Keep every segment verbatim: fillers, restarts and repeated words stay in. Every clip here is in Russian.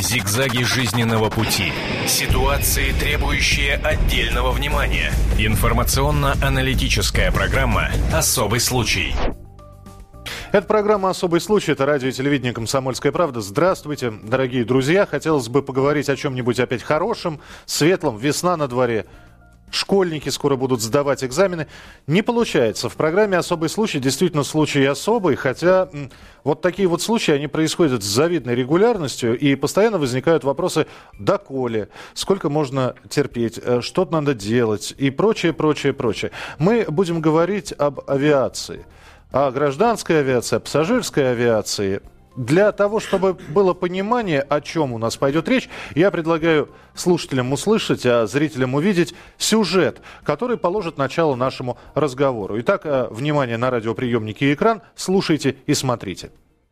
Зигзаги жизненного пути. Ситуации, требующие отдельного внимания. Информационно-аналитическая программа «Особый случай». Это программа «Особый случай». Это радио и телевидение «Комсомольская правда». Здравствуйте, дорогие друзья. Хотелось бы поговорить о чем-нибудь опять хорошем, светлом. Весна на дворе. Школьники скоро будут сдавать экзамены. Не получается. В программе «Особый случай» действительно случай особый, хотя вот такие вот случаи, они происходят с завидной регулярностью, и постоянно возникают вопросы: доколе, сколько можно терпеть, что надо делать и прочее, прочее, прочее. Мы будем говорить об авиации, о гражданской авиации, о пассажирской авиации. Для того, чтобы было понимание, о чем у нас пойдет речь, я предлагаю слушателям услышать, а зрителям увидеть сюжет, который положит начало нашему разговору. Итак, внимание на радиоприемники и экран, слушайте и смотрите.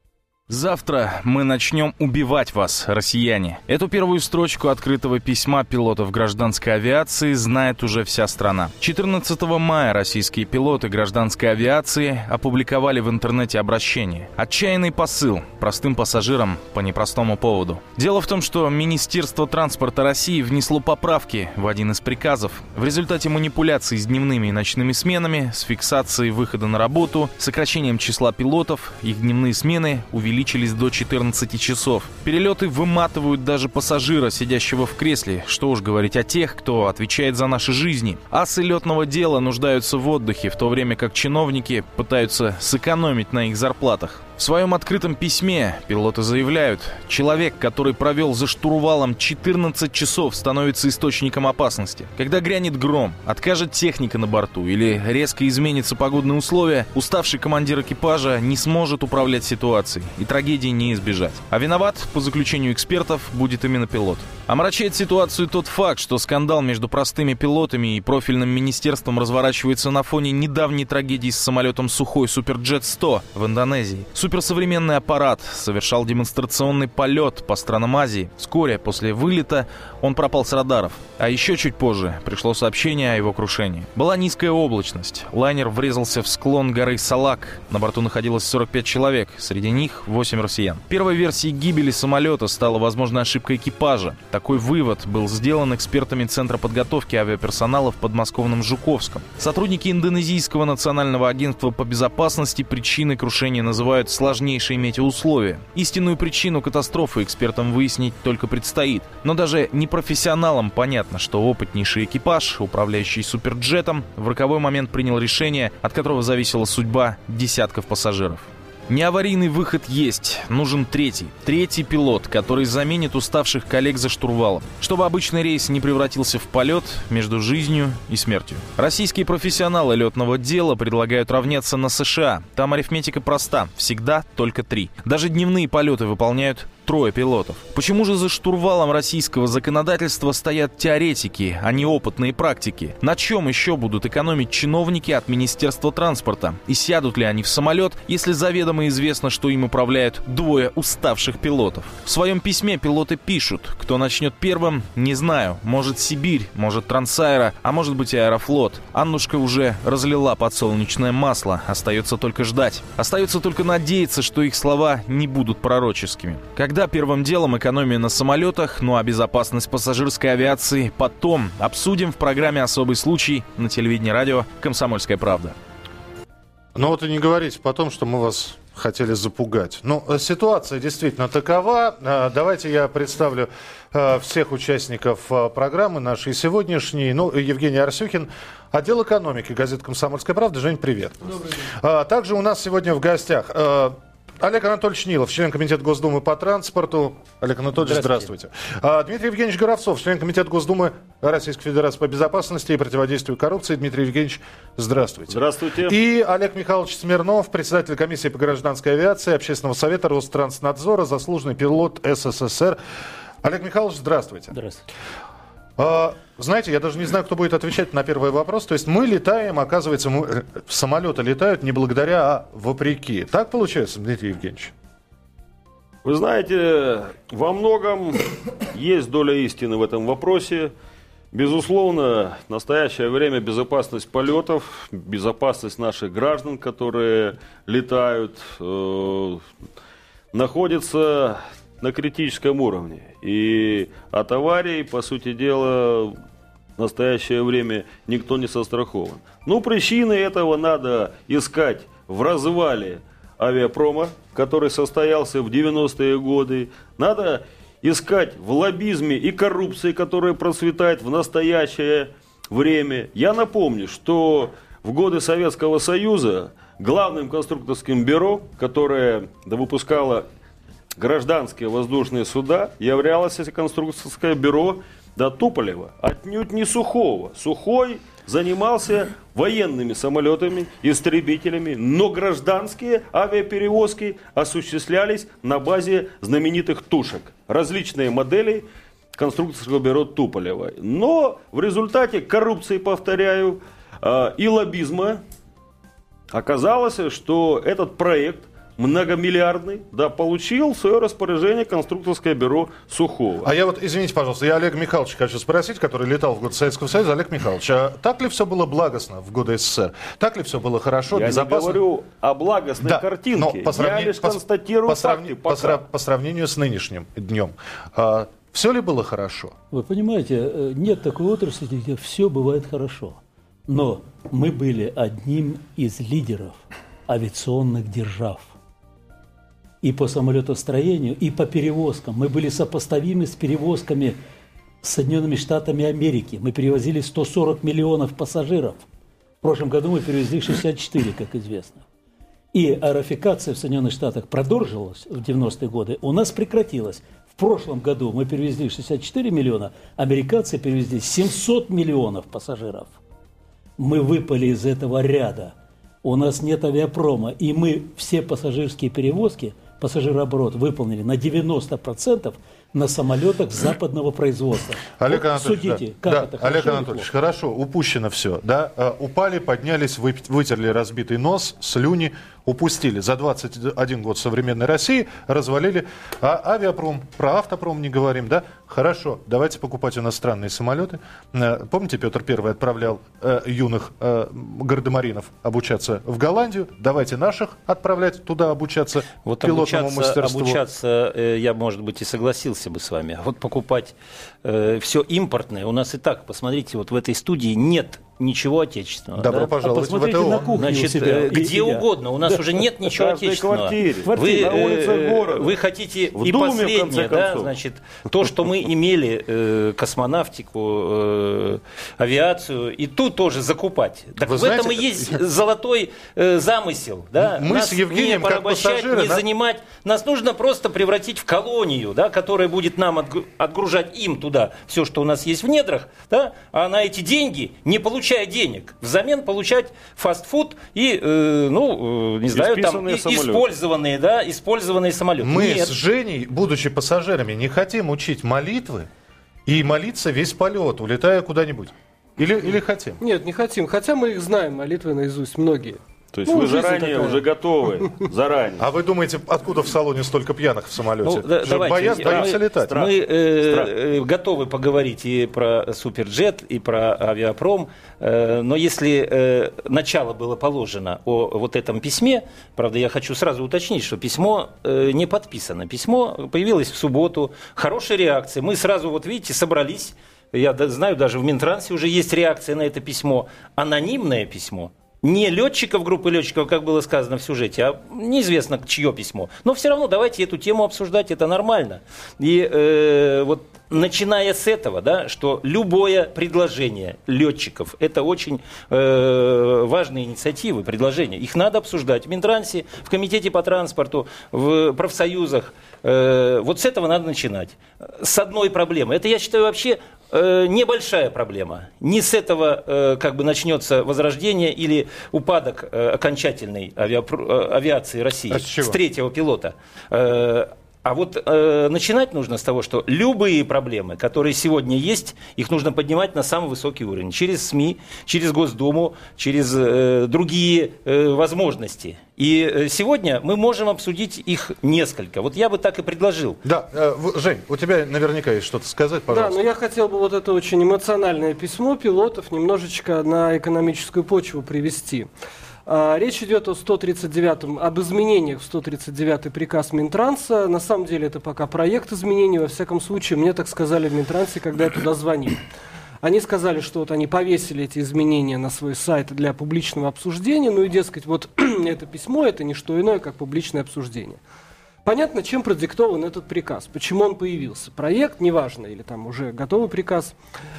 Завтра мы начнем убивать вас, россияне. Эту первую строчку открытого письма пилотов гражданской авиации знает уже вся страна. четырнадцатого мая российские пилоты гражданской авиации опубликовали в интернете обращение. Отчаянный посыл простым пассажирам по непростому поводу. Дело в том, что Министерство транспорта России внесло поправки в один из приказов. В результате манипуляций с дневными и ночными сменами, с фиксацией выхода на работу, сокращением числа пилотов, их дневные смены увеличились увеличились до четырнадцати часов. Перелеты выматывают даже пассажира, сидящего в кресле. Что уж говорить о тех, кто отвечает за наши жизни. Асы летного дела нуждаются в отдыхе, в то время как чиновники пытаются сэкономить на их зарплатах. В своем открытом письме пилоты заявляют: человек, который провел за штурвалом четырнадцать часов, становится источником опасности. Когда грянет гром, откажет техника на борту или резко изменятся погодные условия, уставший командир экипажа не сможет управлять ситуацией, и трагедии не избежать. А виноват, по заключению экспертов, будет именно пилот. Омрачает ситуацию тот факт, что скандал между простыми пилотами и профильным министерством разворачивается на фоне недавней трагедии с самолетом Сухой Суперджет сто в Индонезии. Суперсовременный аппарат совершал демонстрационный полет по странам Азии. Вскоре после вылета он пропал с радаров. А еще чуть позже пришло сообщение о его крушении. Была низкая облачность. Лайнер врезался в склон горы Салак. На борту находилось сорок пять человек. Среди них восемь россиян. Первой версией гибели самолета стала, возможно, ошибка экипажа. Такой вывод был сделан экспертами Центра подготовки авиаперсонала в подмосковном Жуковском. Сотрудники Индонезийского национального агентства по безопасности причиной крушения называют сложнейшие метеоусловия. Истинную причину катастрофы экспертам выяснить только предстоит. Но даже непрофессионалам понятно, что опытнейший экипаж, управляющий суперджетом, в роковой момент принял решение, от которого зависела судьба десятков пассажиров. Неаварийный выход есть. Нужен третий. Третий пилот, который заменит уставших коллег за штурвалом, чтобы обычный рейс не превратился в полет между жизнью и смертью. Российские профессионалы летного дела предлагают равняться на США. Там арифметика проста. Всегда только три. Даже дневные полеты выполняют трое пилотов. Почему же за штурвалом российского законодательства стоят теоретики, а не опытные практики? На чем еще будут экономить чиновники от Министерства транспорта? И сядут ли они в самолет, если заведомо известно, что им управляют двое уставших пилотов? В своем письме пилоты пишут: кто начнет первым, не знаю. Может Сибирь, может Трансаэро, а может быть и Аэрофлот. Аннушка уже разлила подсолнечное масло. Остается только ждать. Остается только надеяться, что их слова не будут пророческими. Когда первым делом экономия на самолетах, ну а безопасность пассажирской авиации потом. Обсудим в программе «Особый случай» на телевидении радио «Комсомольская правда». Ну вот и не говорите потом, что мы вас хотели запугать. Ну, ситуация действительно такова. Давайте я представлю всех участников программы нашей сегодняшней. Ну, Евгений Арсюхин, отдел экономики, газета «Комсомольская правда». Жень, привет. Добрый день. Также у нас сегодня в гостях Олег Анатольевич Нилов, член комитета Госдумы по транспорту. Олег Анатольевич, здравствуйте. здравствуйте. Дмитрий Евгеньевич Горовцов, член комитета Госдумы Российской Федерации по безопасности и противодействию коррупции. Дмитрий Евгеньевич, здравствуйте. Здравствуйте. И Олег Михайлович Смирнов, председатель комиссии по гражданской авиации Общественного совета Ространснадзора, заслуженный пилот СССР. Олег Михайлович, здравствуйте. Здравствуйте. Знаете, я даже не знаю, кто будет отвечать на первый вопрос. То есть мы летаем, оказывается, мы, самолеты летают не благодаря, а вопреки. Так получается, Дмитрий Евгеньевич? Вы знаете, во многом есть доля истины в этом вопросе. Безусловно, в настоящее время безопасность полетов, безопасность наших граждан, которые летают, э, находится на критическом уровне. И от аварий, по сути дела, в настоящее время никто не застрахован. Ну, причины этого надо искать в развале авиапрома, который состоялся в девяностые годы. Надо искать в лоббизме и коррупции, которая процветает в настоящее время. Я напомню, что в годы Советского Союза главным конструкторским бюро, которое выпускало гражданские воздушные суда, являлось конструкторское бюро до Туполева, отнюдь не Сухого. Сухой занимался военными самолетами, истребителями, но гражданские авиаперевозки осуществлялись на базе знаменитых тушек. Различные модели конструкторского бюро Туполева. Но в результате коррупции, повторяю, и лоббизма оказалось, что этот проект многомиллиардный, да, получил в свое распоряжение конструкторское бюро Сухого. А я вот, извините, пожалуйста, я Олега Михайловича хочу спросить, который летал в годы Советского Союза. Олег Михайлович, а так ли все было благостно в годы СССР? Так ли все было хорошо, я безопасно? Я не говорю о благостной да, картинке, по сравни... я лишь по... констатирую по факты. По, срав... по сравнению с нынешним днем, а, все ли было хорошо? Вы понимаете, нет такой отрасли, где все бывает хорошо. Но мы были одним из лидеров авиационных держав. И по самолетостроению, и по перевозкам. Мы были сопоставимы с перевозками с Соединенными Штатами Америки. Мы перевозили сто сорок миллионов пассажиров. В прошлом году мы перевезли шестьдесят четыре, как известно. И аэрофикация в Соединенных Штатах продолжилась в девяностые годы. У нас прекратилась. В прошлом году мы перевезли шестьдесят четыре миллиона, американцы перевезли семьсот миллионов пассажиров. Мы выпали из этого ряда. У нас нет авиапрома, и мы все пассажирские перевозки, пассажирооборот выполнили на девяносто процентов на самолетах западного производства. Олег вот Анатольевич, судите, да, как да, это хорошо. Олег Анатольевич, хорошо, упущено все. Да? А, упали, поднялись, вытерли разбитый нос, слюни, упустили. За двадцать один год современной России развалили а, авиапром, про автопром не говорим, да? Хорошо, давайте покупать иностранные самолеты. Помните, Петр Первый отправлял э, юных э, гардемаринов обучаться в Голландию? Давайте наших отправлять туда обучаться вот пилотному обучаться, мастерству. Обучаться, э, я, может быть, и согласился бы с вами. А вот покупать э, все импортное, у нас и так, посмотрите, вот в этой студии нет ничего отечественного. Добро да? пожаловать а в ВТО. на кухне Значит, у себя, где и, угодно. У нас да. уже нет ничего в каждой отечественного. Квартире. Вы, на улице города. Вы хотите в и Думе, последнее, да, значит, то, что мы имели э, космонавтику, э, авиацию, и тут тоже закупать. Так Вы в знаете, этом и есть золотой э, замысел. Да? Мы нас с Евгением, не как пассажиры, не да? занимать. Нас нужно просто превратить в колонию, да, которая будет нам отгружать им туда все, что у нас есть в недрах, да, а на эти деньги, не получая денег, взамен получать фастфуд и, э, ну, э, не знаю, там, и, использованные, да, использованные самолеты. Мы Нет. с Женей, будучи пассажирами, не хотим учить молитвы и молиться весь полет, улетая куда-нибудь. Или, или хотим? Нет, не хотим. Хотя мы их знаем, молитвы наизусть, многие. То есть ну, вы заранее такая. уже готовы, заранее. А вы думаете, откуда в салоне столько пьяных в самолете? Ну, да, давайте, боятся, боятся мы, летать. Мы э, э, готовы поговорить и про Суперджет, и про авиапром, э, но если э, начало было положено о вот этом письме, правда, я хочу сразу уточнить, что письмо э, не подписано. Письмо появилось в субботу, хорошая реакция. Мы сразу, вот видите, собрались, я знаю, даже в Минтрансе уже есть реакция на это письмо, анонимное письмо. Не летчиков, группы летчиков, как было сказано в сюжете, а неизвестно, чье письмо. Но все равно давайте эту тему обсуждать, это нормально. И э, вот начиная с этого, да, что любое предложение летчиков, это очень э, важные инициативы, предложения. Их надо обсуждать в Минтрансе, в Комитете по транспорту, в профсоюзах. Э, вот с этого надо начинать. С одной проблемы. Это, я считаю, вообще э, небольшая проблема. Не с этого э, как бы начнется возрождение или упадок э, окончательной авиапро- э, авиации России. А с чего? С третьего пилота. Э, А вот э, начинать нужно с того, что любые проблемы, которые сегодня есть, их нужно поднимать на самый высокий уровень. Через СМИ, через Госдуму, через э, другие э, возможности. И э, сегодня мы можем обсудить их несколько. Вот я бы так и предложил. Да, э, Жень, у тебя наверняка есть что-то сказать, пожалуйста. Да, но я хотел бы вот это очень эмоциональное письмо пилотов немножечко на экономическую почву привести. Речь идет о сто тридцать девятом, об изменениях в сто тридцать девятый приказ Минтранса. На самом деле это пока проект изменений. Во всяком случае, мне так сказали в Минтрансе, когда я туда звонил. Они сказали, что вот они повесили эти изменения на свой сайт для публичного обсуждения. Ну и, дескать, вот это письмо, это не что иное, как публичное обсуждение. Понятно, чем продиктован этот приказ, почему он появился. Проект, неважно, или там уже готовый приказ,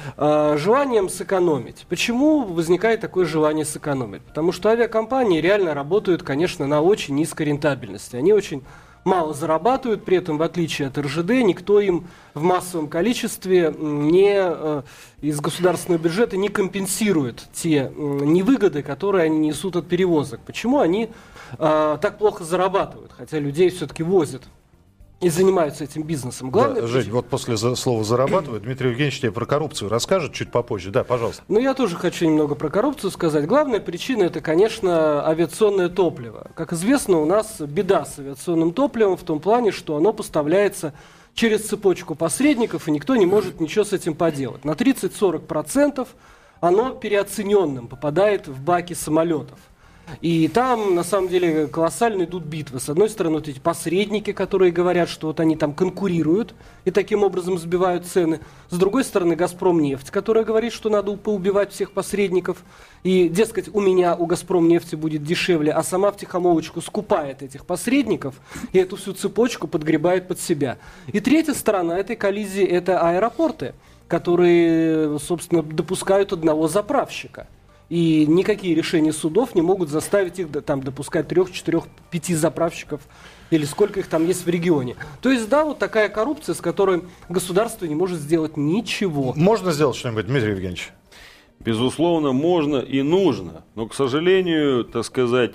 э, желанием сэкономить. Почему возникает такое желание сэкономить? Потому что авиакомпании реально работают, конечно, на очень низкой рентабельности. Они очень мало зарабатывают, при этом, в отличие от эр жэ дэ, никто им в массовом количестве не, э, из государственного бюджета не компенсирует те э, невыгоды, которые они несут от перевозок. Почему они э, так плохо зарабатывают, хотя людей все-таки возят и занимаются этим бизнесом? Главное, да, Жень, вот после за- слова «зарабатывают» Дмитрий Евгеньевич тебе про коррупцию расскажет чуть попозже. Да, пожалуйста. Ну, я тоже хочу немного про коррупцию сказать. Главная причина – это, конечно, авиационное топливо. Как известно, у нас беда с авиационным топливом в том плане, что оно поставляется через цепочку посредников, и никто не может ничего с этим поделать. На тридцать-сорок процентов оно переоцененным попадает в баки самолетов. И там, на самом деле, колоссально идут битвы. С одной стороны, вот эти посредники, которые говорят, что вот они там конкурируют и таким образом сбивают цены. С другой стороны, «Газпромнефть», которая говорит, что надо поубивать всех посредников. И, дескать, у меня, у «Газпромнефти» будет дешевле, а сама втихомолочку скупает этих посредников и эту всю цепочку подгребает под себя. И третья сторона этой коллизии – это аэропорты, которые, собственно, допускают одного заправщика. И никакие решения судов не могут заставить их там допускать трех, четырех, пяти заправщиков или сколько их там есть в регионе. То есть, да, вот такая коррупция, с которой государство не может сделать ничего. Можно сделать что-нибудь, Дмитрий Евгеньевич? Безусловно, можно и нужно. Но, к сожалению, так сказать,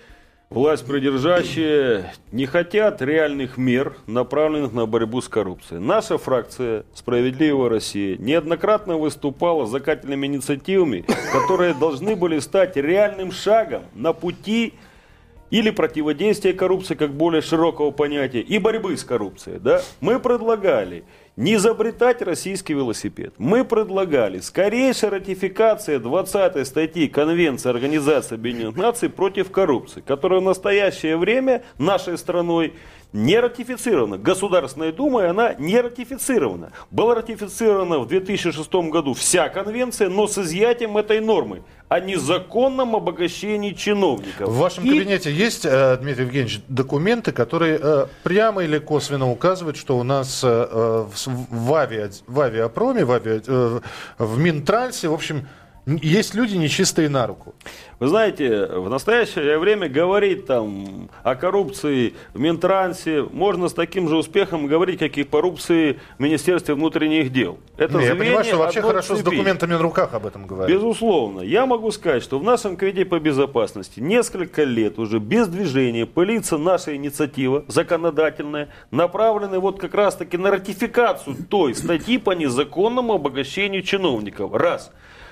власть придержащие не хотят реальных мер, направленных на борьбу с коррупцией. Наша фракция «Справедливая Россия» неоднократно выступала с законодательными инициативами, которые должны были стать реальным шагом на пути или противодействия коррупции, как более широкого понятия, и борьбы с коррупцией. Да? Мы предлагали не изобретать российский велосипед. Мы предлагали скорейшая ратификация двадцатой статьи Конвенции Организации Объединенных Наций против коррупции, которая в настоящее время нашей страной не ратифицирована. Государственной Думой она не ратифицирована. Была ратифицирована в две тысячи шестом году вся конвенция, но с изъятием этой нормы о незаконном обогащении чиновников. В вашем И... кабинете есть, Дмитрий Евгеньевич, документы, которые прямо или косвенно указывают, что у нас в, ави... в авиапроме, в, ави... в Минтрансе, в общем, есть люди нечистые на руку? Вы знаете, в настоящее время говорить там о коррупции в Минтрансе можно с таким же успехом говорить, как и о коррупции в Министерстве внутренних дел. Это Не, я понимаю, что вообще хорошо цепи. С документами на руках об этом говорить. Безусловно. Я могу сказать, что в нашем Комитете по безопасности несколько лет уже без движения пылится наша инициатива законодательная, направленная вот как раз-таки на ратификацию той статьи по незаконному обогащению чиновников. Раз.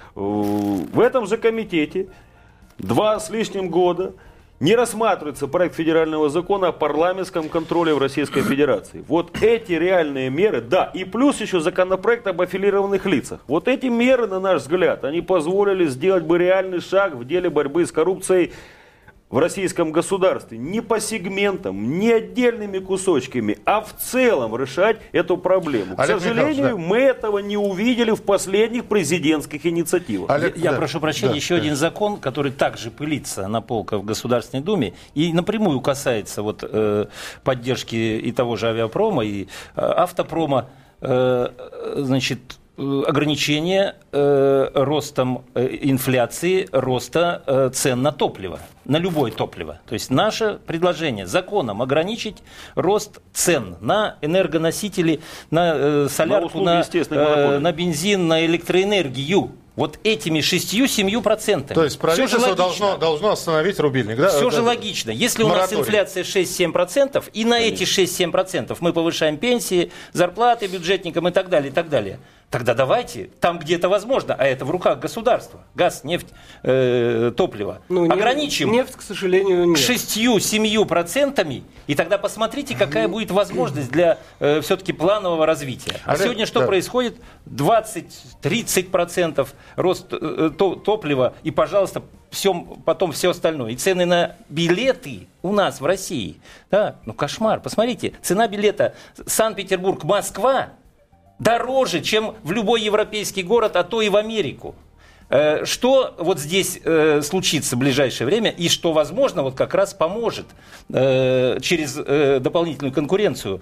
В этом же комитете два с лишним года не рассматривается проект федерального закона о парламентском контроле в Российской Федерации. Вот эти реальные меры, да, и плюс еще законопроект об аффилированных лицах. Вот эти меры, на наш взгляд, они позволили сделать бы реальный шаг в деле борьбы с коррупцией в российском государстве. Не по сегментам, не отдельными кусочками, а в целом решать эту проблему. Олег К сожалению, да. мы этого не увидели в последних президентских инициативах. Олег, Я да, прошу прощения, да, еще конечно. один закон, который также пылится на полках в Государственной Думе и напрямую касается вот, э, поддержки и того же авиапрома, и э, автопрома, э, значит, ограничение э, ростом э, инфляции, роста э, цен на топливо, на любое топливо. То есть наше предложение законом ограничить рост цен на энергоносители, на э, солярку, на, услуги, на, э, на бензин, на электроэнергию. Вот этими шестью-семью процентами. То есть правительство должно, должно остановить рубильник, да? Все это, же логично. Если мораторий. У нас инфляция шесть-семь процентов, и на Конечно. эти шесть-семь процентов мы повышаем пенсии, зарплаты бюджетникам и так далее, и так далее. Тогда давайте, там, где это возможно, а это в руках государства, газ, нефть, э, топливо, ну, ограничим нефть, к сожалению, нет. шестью-семью процентами, и тогда посмотрите, какая будет возможность для э, все-таки планового развития. А Олег, сегодня что да. происходит? двадцать-тридцать процентов рост э, то, топлива, и, пожалуйста, все, потом все остальное. И цены на билеты у нас в России, да, ну кошмар. Посмотрите, цена билета Санкт-Петербург-Москва дороже, чем в любой европейский город, а то и в Америку. Что вот здесь э, случится в ближайшее время и что, возможно, вот как раз поможет э, через э, дополнительную конкуренцию,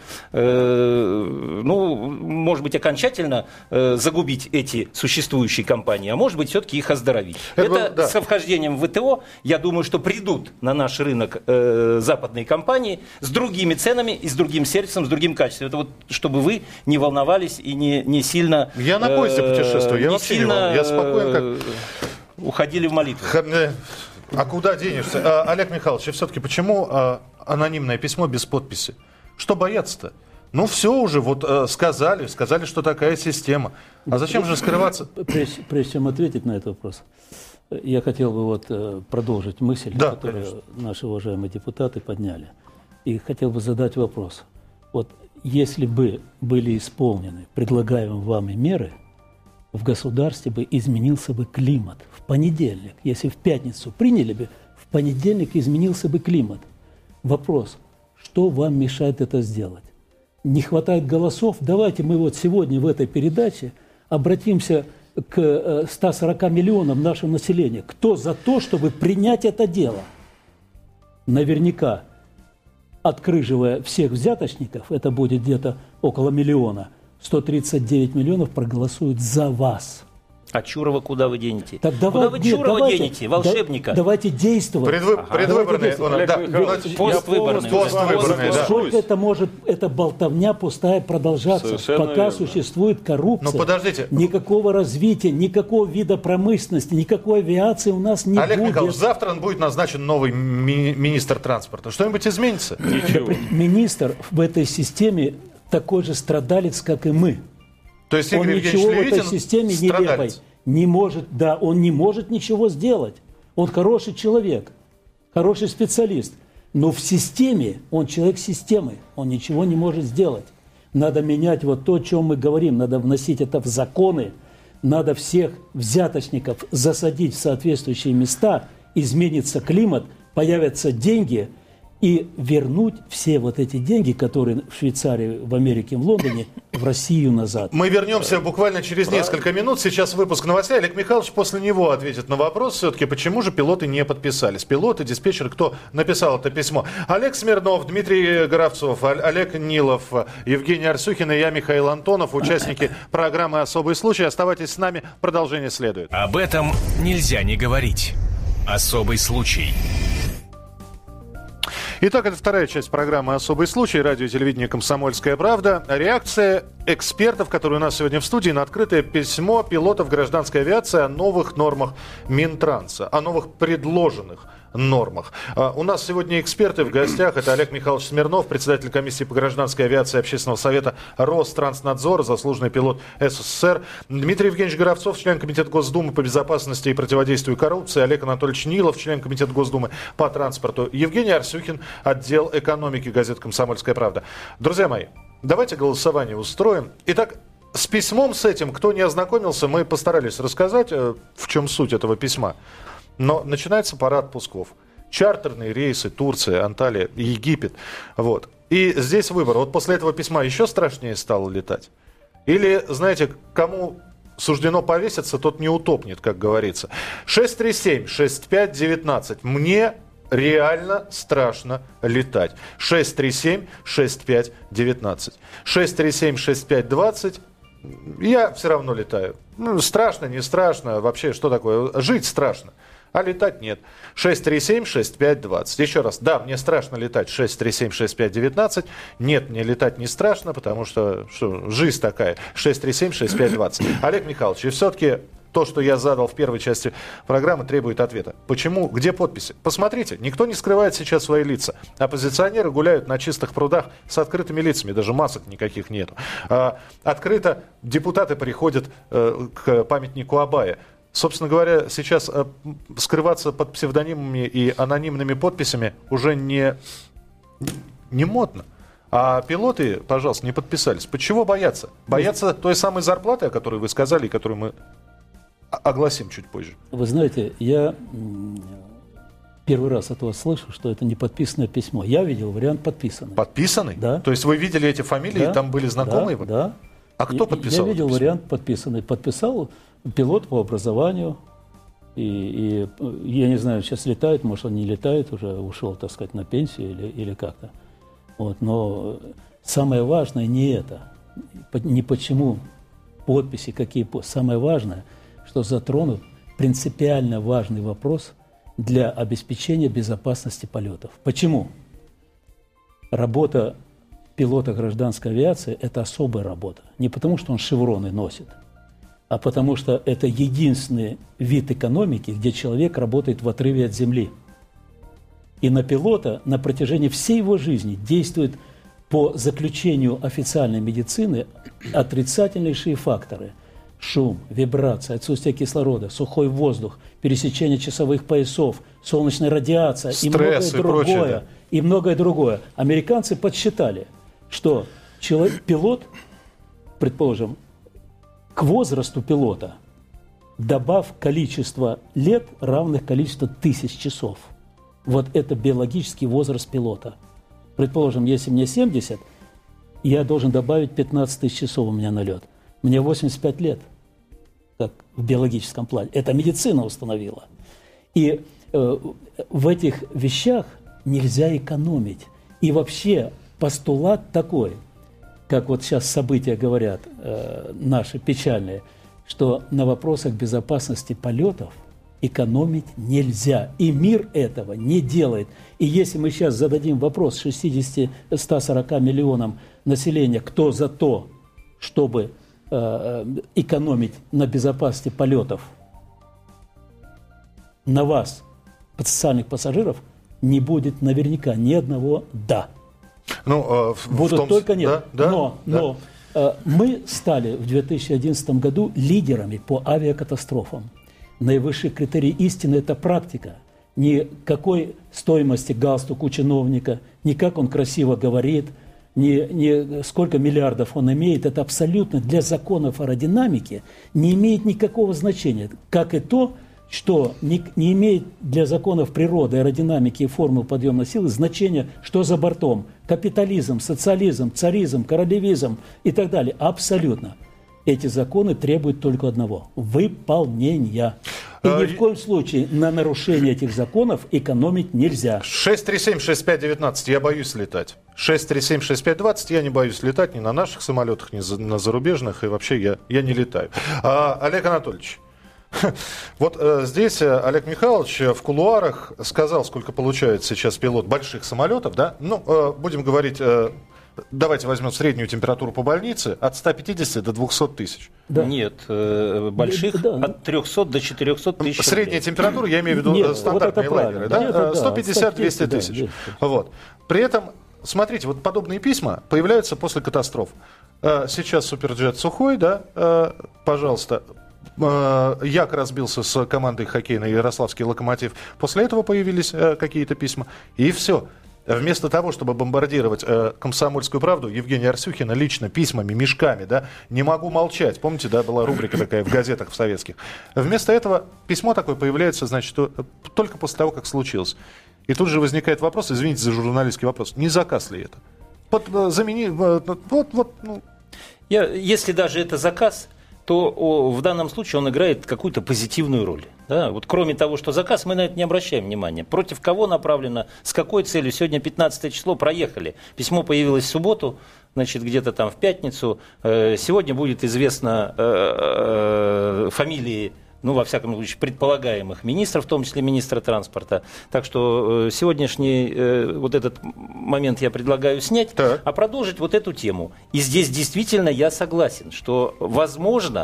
э, ну, может быть, окончательно э, загубить эти существующие компании, а может быть, все-таки их оздоровить. Это, Это да. Со вхождением в ВТО, я думаю, что придут на наш рынок э, западные компании с другими ценами и с другим сервисом, с другим качеством. Это вот, чтобы вы не волновались и не, не сильно... Я на поезде э, путешествую, я не вообще сильно, не волнуюсь. Я спокоен, как... уходили в молитву. А куда денешься? А, Олег Михайлович, и все-таки почему а, анонимное письмо без подписи? Что бояться-то? Ну все уже, вот а, сказали, сказали, что такая система. А зачем же скрываться? Прежде, прежде чем ответить на этот вопрос, я хотел бы вот продолжить мысль, да, которую конечно. наши уважаемые депутаты подняли. И хотел бы задать вопрос. Вот если бы были исполнены предлагаемые вами меры, в государстве бы изменился бы климат. В понедельник, если в пятницу приняли бы, в понедельник изменился бы климат. Вопрос, что вам мешает это сделать? Не хватает голосов? Давайте мы вот сегодня в этой передаче обратимся к ста сорока миллионам нашего населения. Кто за то, чтобы принять это дело? Наверняка, открыживая всех взяточников, это будет где-то около миллиона, сто тридцать девять миллионов проголосуют за вас. А Чурова куда вы денете? Так давай, куда вы нет, Чурова давайте, денете, волшебника? Да, давайте действовать. Предвы... Ага. Предвыборные. Давайте Да, Михайлович, Поствыборные. Поствыборные, да. Сколько это может, эта болтовня пустая продолжаться, Совершенно пока верно. существует коррупция? Ну, подождите. Никакого развития, никакого вида промышленности, никакой авиации у нас не Олег будет. Михайлович, завтра он будет назначен новый ми- министр транспорта. Что-нибудь изменится? Ничего. Министр в этой системе такой же страдалец, как и мы. То есть Он Игорь ничего Евгеньевич в этой Левитин системе нелепой страдалец. не может, да, он не может ничего сделать. Он хороший человек, хороший специалист, но в системе, он человек системы, он ничего не может сделать. Надо менять вот то, о чем мы говорим, надо вносить это в законы, надо всех взяточников засадить в соответствующие места, изменится климат, появятся деньги, и вернуть все вот эти деньги, которые в Швейцарии, в Америке, в Лондоне, в Россию назад. Мы вернемся буквально через несколько минут. Сейчас выпуск новостей. Олег Михайлович после него ответит на вопрос, все-таки, почему же пилоты не подписались. Пилоты, диспетчеры, кто написал это письмо. Олег Смирнов, Дмитрий Горовцов, Олег Нилов, Евгений Арсюхин и я, Михаил Антонов, участники программы «Особый случай». Оставайтесь с нами, продолжение следует. Об этом нельзя не говорить. Особый случай. Итак, это вторая часть программы «Особый случай». Радио и телевидение «Комсомольская правда». Реакция экспертов, которые у нас сегодня в студии, на открытое письмо пилотов гражданской авиации о новых нормах Минтранса, о новых предложенных нормах. У нас сегодня эксперты в гостях. Это Олег Михайлович Смирнов, председатель комиссии по гражданской авиации Общественного совета Ространснадзора, заслуженный пилот СССР. Дмитрий Евгеньевич Горовцов, член комитета Госдумы по безопасности и противодействию коррупции. Олег Анатольевич Нилов, член комитета Госдумы по транспорту. Евгений Арсюхин, отдел экономики газеты «Комсомольская правда». Друзья мои, давайте голосование устроим. Итак, с письмом с этим, кто не ознакомился, мы постарались рассказать, в чем суть этого письма. Но начинается пора отпусков. Чартерные рейсы, Турция, Анталия, Египет. Вот. И здесь выбор. Вот после этого письма еще страшнее стало летать? Или, знаете, кому суждено повеситься, тот не утопнет, как говорится. шесть три семь шесть пять девятнадцать. Мне реально страшно летать. шесть три семь шесть пять девятнадцать. шесть три семь шесть пять двадцать. Я все равно летаю. Ну, страшно, не страшно. Вообще, что такое? Жить страшно. А летать нет. шесть три семь шесть пять двадцать. Еще раз. Да, мне страшно летать. шесть три семь шесть пять девятнадцать. Нет, мне летать не страшно, потому что, что жизнь такая. шесть три семь шесть пять двадцать. Олег Михайлович, и все-таки то, что я задал в первой части программы, требует ответа. Почему? Где подписи? Посмотрите, никто не скрывает сейчас свои лица. Оппозиционеры гуляют на чистых прудах с открытыми лицами, даже масок никаких нету. А, открыто депутаты приходят а, к памятнику Абая. Собственно говоря, сейчас а, скрываться под псевдонимами и анонимными подписями уже не, не модно. А пилоты, пожалуйста, не подписались. Почему боятся? Боятся той самой зарплаты, о которой вы сказали, и которую мы огласим чуть позже. Вы знаете, я первый раз от вас слышу, что это не подписанное письмо. Я видел вариант подписанный. Подписанный? Да. То есть вы видели эти фамилии, да, и там были знакомые? Да, да. А кто подписал? Я видел вариант подписанный. Подписал пилот по образованию. И, и я не знаю, сейчас летает, может, он не летает, уже ушел, так сказать, на пенсию или, или как-то. Вот, но самое важное не это, не почему подписи, какие подписи. Самое важное, что затронут принципиально важный вопрос для обеспечения безопасности полетов. Почему? Работа пилота гражданской авиации – это особая работа. Не потому, что он шевроны носит, а потому что это единственный вид экономики, где человек работает в отрыве от земли. И на пилота на протяжении всей его жизни действуют по заключению официальной медицины отрицательнейшие факторы. Шум, вибрация, отсутствие кислорода, сухой воздух, пересечение часовых поясов, солнечная радиация и многое и другое. Прочее, да. И многое другое. Американцы подсчитали, что человек, пилот, предположим, к возрасту пилота добавь количество лет, равных количеству тысяч часов. Вот это биологический возраст пилота. Предположим, если мне семьдесят, я должен добавить пятнадцать тысяч часов у меня на лед. Мне восемьдесят пять лет, как в биологическом плане. Это медицина установила. И э, в этих вещах нельзя экономить. И вообще постулат такой, как вот сейчас события говорят э, наши печальные, что на вопросах безопасности полетов экономить нельзя. И мир этого не делает. И если мы сейчас зададим вопрос шестидесяти-ста сорока миллионам населения, кто за то, чтобы э, экономить на безопасности полетов, на вас, потенциальных пассажиров, не будет наверняка ни одного «да». Ну, э, в, Будут в том... только «нет». Да, да, но да. но э, мы стали в две тысячи одиннадцатом году лидерами по авиакатастрофам. Наивысший критерий истины – это практика. Ни какой стоимости галстук у чиновника, ни как он красиво говорит, ни, ни сколько миллиардов он имеет. Это абсолютно для законов аэродинамики не имеет никакого значения. Как и то, что не, не имеет для законов природы, аэродинамики и формул подъемной силы значения, что за бортом. Капитализм, социализм, царизм, королевизм и так далее. Абсолютно. Эти законы требуют только одного – выполнения. И ни в коем случае на нарушение этих законов экономить нельзя. шесть три семь шесть пять девятнадцать, я боюсь летать. шесть три семь шесть пять двадцать, я не боюсь летать ни на наших самолетах, ни за, на зарубежных, и вообще я, я не летаю. А, Олег Анатольевич, вот э, здесь Олег Михайлович в кулуарах сказал, сколько получает сейчас пилот больших самолетов, да? Ну, э, будем говорить... Э, Давайте возьмем среднюю температуру по больнице от ста пятидесяти до двухсот тысяч. Да. Нет, э, больших да, да. от трехсот до четырехсот тысяч. Средняя рублей. температура, я имею в виду Нет, стандартные вот лайнеры, да? да? сто пятьдесят - двести тысяч. Да, вот. При этом, смотрите, вот подобные письма появляются после катастроф. Сейчас Суперджет сухой, да, пожалуйста. Як разбился с командой хоккейной Ярославский Локомотив. После этого появились какие-то письма. И все. Вместо того, чтобы бомбардировать э, «Комсомольскую правду», Евгения Арсюхина лично письмами, мешками, да, «Не могу молчать». Помните, да, была рубрика такая в газетах в советских. Вместо этого письмо такое появляется, значит, только после того, как случилось. И тут же возникает вопрос, извините за журналистский вопрос, не заказ ли это? Вот, замени, вот, вот, ну. Я, если даже это заказ, то о, в данном случае он играет какую-то позитивную роль. Да? Вот кроме того, что заказ, мы на это не обращаем внимания. Против кого направлено, с какой целью? Сегодня пятнадцатое число, проехали. Письмо появилось в субботу, значит, где-то там в пятницу. Сегодня будет известно э, э, фамилии, ну, во всяком случае, предполагаемых министров, в том числе министра транспорта. Так что э, сегодняшний э, вот этот момент я предлагаю снять, так. а продолжить вот эту тему. И здесь действительно я согласен, что, возможно,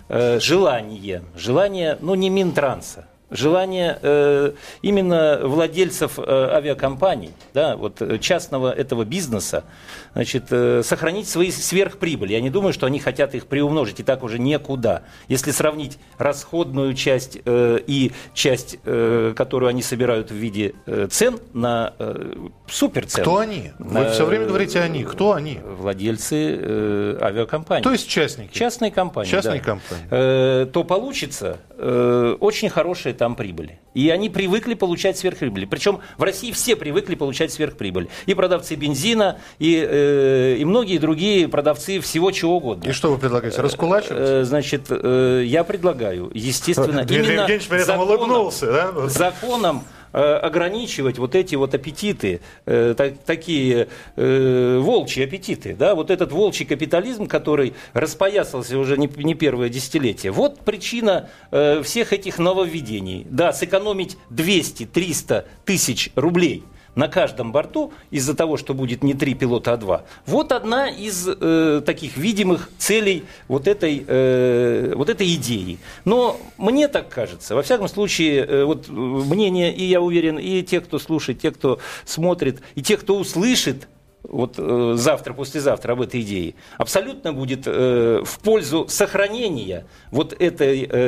э, желание, желание, ну не Минтранса, желание э, именно владельцев э, авиакомпаний, да, вот, частного этого бизнеса, значит, э, сохранить свои сверхприбыли. Я не думаю, что они хотят их приумножить, и так уже некуда. Если сравнить расходную часть э, и часть, э, которую они собирают в виде э, цен на э, суперцены. Кто они? Вы э, все время говорите «они». Кто они? Владельцы э, авиакомпаний. То есть частники? Частные компании, Частные да. компании. Э, то получится э, очень хорошие там прибыли. И они привыкли получать сверхприбыли. Причем в России все привыкли получать сверхприбыль. И продавцы бензина, и, э, и многие другие продавцы всего чего угодно. И что вы предлагаете? Раскулачивать? Э, значит, э, я предлагаю, естественно, Дмитрий именно Евгеньевич при этом законом, улыбнулся, да? законом ограничивать вот эти вот аппетиты, э, так, такие э, волчьи аппетиты, да, вот этот волчий капитализм, который распоясался уже не, не первое десятилетие. Вот причина э, всех этих нововведений. Да, сэкономить двести-триста тысяч рублей на каждом борту из-за того, что будет не три пилота, а два. Вот одна из э, таких видимых целей вот этой, э, вот этой идеи. Но мне так кажется, во всяком случае, э, вот мнение, и я уверен, и те, кто слушает, те, кто смотрит, и те, кто услышит вот э, завтра, послезавтра об этой идее, абсолютно будет э, в пользу сохранения вот этой э,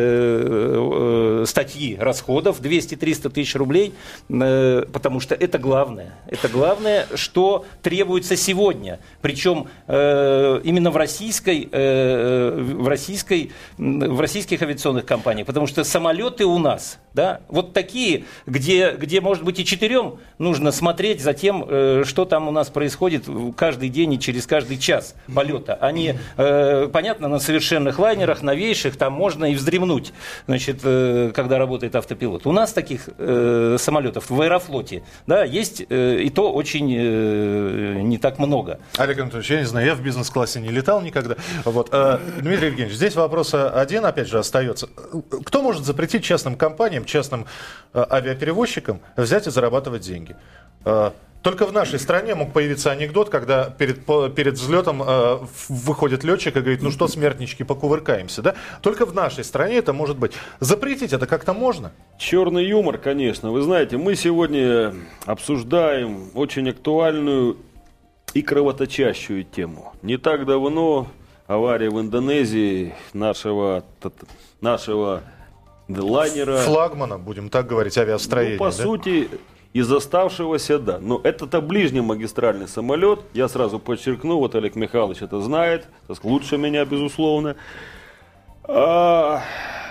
э, статьи расходов двести-триста тысяч рублей, э, потому что это главное. Это главное, что требуется сегодня. Причем э, именно в российской, э, в российской, в российских авиационных компаниях, потому что самолеты у нас, да, вот такие, где, где может быть и четырем нужно смотреть за тем, э, что там у нас происходит каждый день и через каждый час полета. Они, э, понятно, на совершенных лайнерах, новейших, там можно и вздремнуть, значит, э, когда работает автопилот. У нас таких э, самолетов в Аэрофлоте, да, есть, э, и то очень э, не так много. Олег Анатольевич, я не знаю, я в бизнес-классе не летал никогда. Вот. Э, Дмитрий Евгеньевич, здесь вопрос один, опять же, остается. Кто может запретить частным компаниям, частным э, авиаперевозчикам взять и зарабатывать деньги? Э, Только в нашей стране мог появиться анекдот, когда перед, перед взлетом э, выходит летчик и говорит, ну что, смертнички, покувыркаемся, да? Только в нашей стране это может быть. Запретить это как-то можно? Черный юмор, конечно. Вы знаете, мы сегодня обсуждаем очень актуальную и кровоточащую тему. Не так давно авария в Индонезии нашего, нашего лайнера... Флагмана, будем так говорить, авиастроения. Ну, по да? сути... Из оставшегося, да. Но это-то ближнемагистральный самолет. Я сразу подчеркну, вот Олег Михайлович это знает, лучше меня, безусловно. А,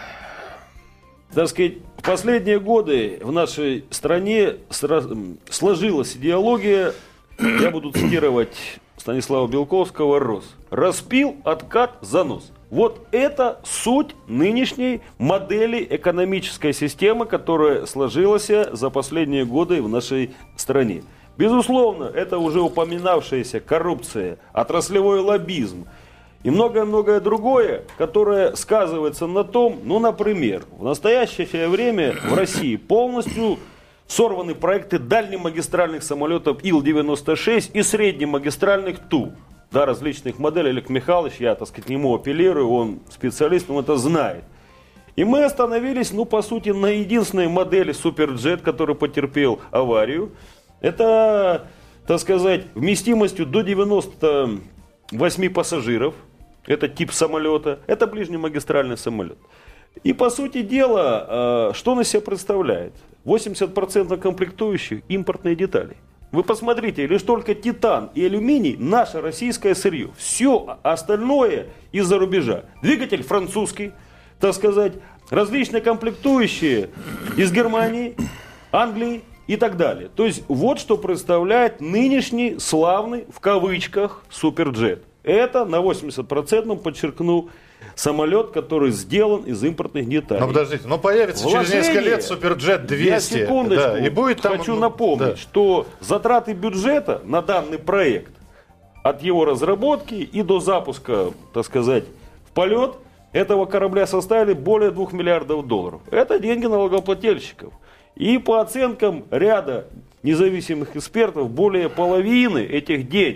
так сказать, в последние годы в нашей стране сложилась идеология, я буду цитировать Станислава Белковского, РОС. Распил, откат, занос. Вот это суть нынешней модели экономической системы, которая сложилась за последние годы в нашей стране. Безусловно, это уже упоминавшаяся коррупция, отраслевой лоббизм и многое-многое другое, которое сказывается на том, ну, например, в настоящее время в России полностью сорваны проекты дальнемагистральных самолетов Ил девяносто шесть и среднемагистральных Ту. Да, различных моделей. Олег Михайлович, я, так сказать, к нему апеллирую, он специалист, он это знает. И мы остановились, ну, по сути, на единственной модели Суперджет, который потерпел аварию. Это, так сказать, вместимостью до девяноста восьми пассажиров. Это тип самолета. Это ближнемагистральный самолет. И, по сути дела, что он из себя представляет? восемьдесят процентов комплектующих импортные детали. Вы посмотрите, лишь только титан и алюминий – наше российское сырье. Все остальное из-за рубежа. Двигатель французский, так сказать, различные комплектующие из Германии, Англии и так далее. То есть вот что представляет нынешний славный, в кавычках, Суперджет. Это на восемьдесят процентов, подчеркну, самолет, который сделан из импортных деталей. Ну подождите, но появится Вложение, через несколько лет Суперджет двести. Я секундочку, да, и будет там, хочу напомнить, да. что затраты бюджета на данный проект от его разработки и до запуска, так сказать, в полет этого корабля составили более двух миллиардов долларов. Это деньги налогоплательщиков. И по оценкам ряда независимых экспертов, более половины этих денег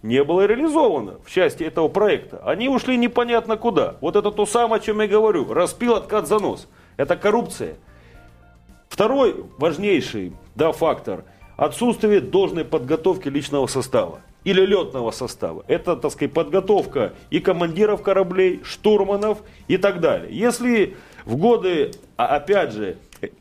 не было реализовано в части этого проекта. Они ушли непонятно куда. Вот это то самое, о чем я говорю. Распил, откат, занос. Это коррупция. Второй важнейший, да, фактор – отсутствие должной подготовки личного состава или летного состава. Это, так сказать, подготовка и командиров кораблей, штурманов и так далее. Если в годы, опять же,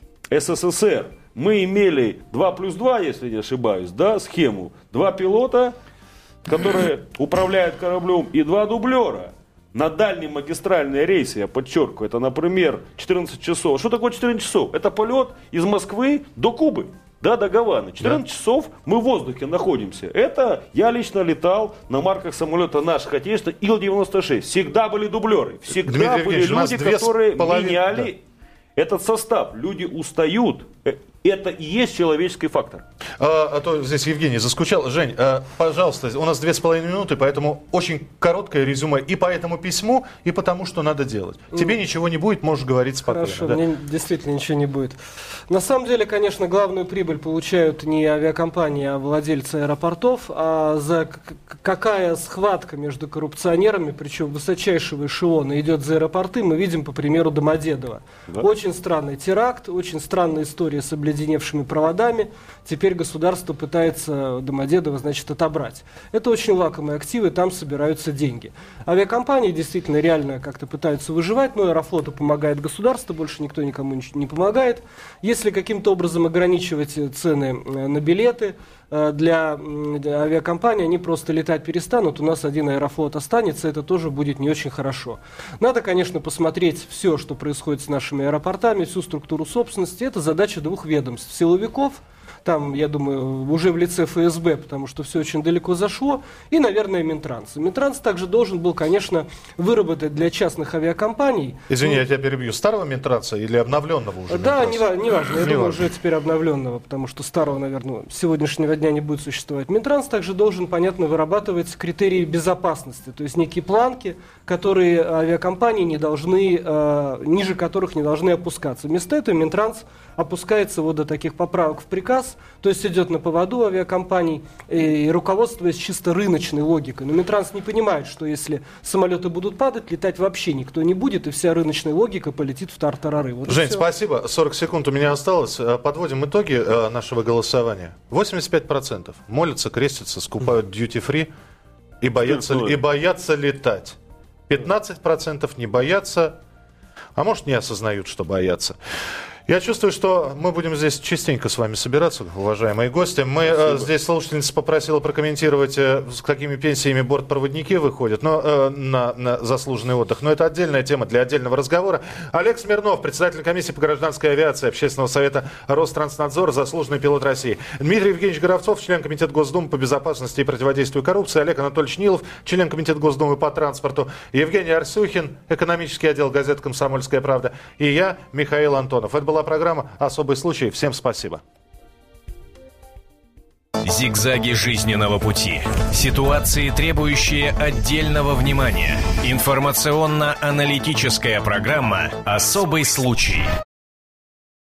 СССР мы имели два плюс два, если не ошибаюсь, да, схему, два пилота, которые управляют кораблем, и два дублера. На дальние магистральные рейсы, я подчеркиваю, это, например, четырнадцать часов. Что такое четырнадцать часов? Это полет из Москвы до Кубы, да, до Гаваны. четырнадцать да. часов мы в воздухе находимся. Это я лично летал на марках самолета наших отечественных Ил девяносто шесть. Всегда были дублеры. Всегда Дмитрий были люди, которые половин... меняли да. этот состав. Люди устают. Это и есть человеческий фактор. А, а то здесь Евгений заскучал. Жень, а, пожалуйста, у нас две с половиной минуты, поэтому очень короткое резюме и по этому письму, и по тому, что надо делать. Тебе mm. ничего не будет, можешь говорить спокойно. Хорошо, да? мне действительно ничего не будет. На самом деле, конечно, главную прибыль получают не авиакомпании, а владельцы аэропортов. А за какая схватка между коррупционерами, причем высочайшего эшелона, идет за аэропорты, мы видим по примеру Домодедово. Да. Очень странный теракт, очень странная история с обледеневшими проводами. Теперь государство пытается Домодедово, значит, отобрать. Это очень лакомые активы, там собираются деньги. Авиакомпании действительно реально как-то пытаются выживать, но Аэрофлоту помогает государство, больше никто никому не помогает. Если каким-то образом ограничивать цены на билеты для авиакомпаний, они просто летать перестанут, у нас один Аэрофлот останется, это тоже будет не очень хорошо. Надо, конечно, посмотреть все, что происходит с нашими аэропортами, всю структуру собственности. Это задача двух ведомств. Силовиков, там, я думаю, уже в лице эф эс бэ, потому что все очень далеко зашло, и, наверное, Минтранс. Минтранс также должен был, конечно, выработать для частных авиакомпаний... Извини, ну, я тебя перебью. Старого Минтранса или обновленного уже Да, Минтранса? не, не важно. Я не думаю, важно. Уже теперь обновленного, потому что старого, наверное, с сегодняшнего дня не будет существовать. Минтранс также должен, понятно, вырабатывать критерии безопасности, то есть некие планки, которые авиакомпании не должны, э, ниже которых не должны опускаться. Вместо этого Минтранс опускается вот до таких поправок в приказ, то есть идет на поводу авиакомпаний и руководствуясь чисто рыночной логикой. Но Минтранс не понимает, что если самолеты будут падать, летать вообще никто не будет, и вся рыночная логика полетит в тартарары. Вот Жень, спасибо. сорок секунд у меня осталось. Подводим итоги нашего голосования. восемьдесят пять процентов молятся, крестятся, скупают дьюти-фри и боятся, и боятся летать. пятнадцать процентов не боятся, а может не осознают, что боятся. Я чувствую, что мы будем здесь частенько с вами собираться, уважаемые гости. Мы э, здесь слушательница попросила прокомментировать, э, с какими пенсиями бортпроводники выходят но, э, на, на заслуженный отдых. Но это отдельная тема для отдельного разговора. Олег Смирнов, председатель комиссии по гражданской авиации Общественного совета Ространснадзора, заслуженный пилот России. Дмитрий Евгеньевич Горовцов, член комитета Госдумы по безопасности и противодействию коррупции. Олег Анатольевич Нилов, член комитета Госдумы по транспорту. Евгений Арсюхин, экономический отдел газеты «Комсомольская правда». И я, Михаил Антонов. Это была программа «Особый случай». Всем спасибо. Зигзаги жизненного пути. Ситуации, требующие отдельного внимания. Информационно-аналитическая программа «Особый случай».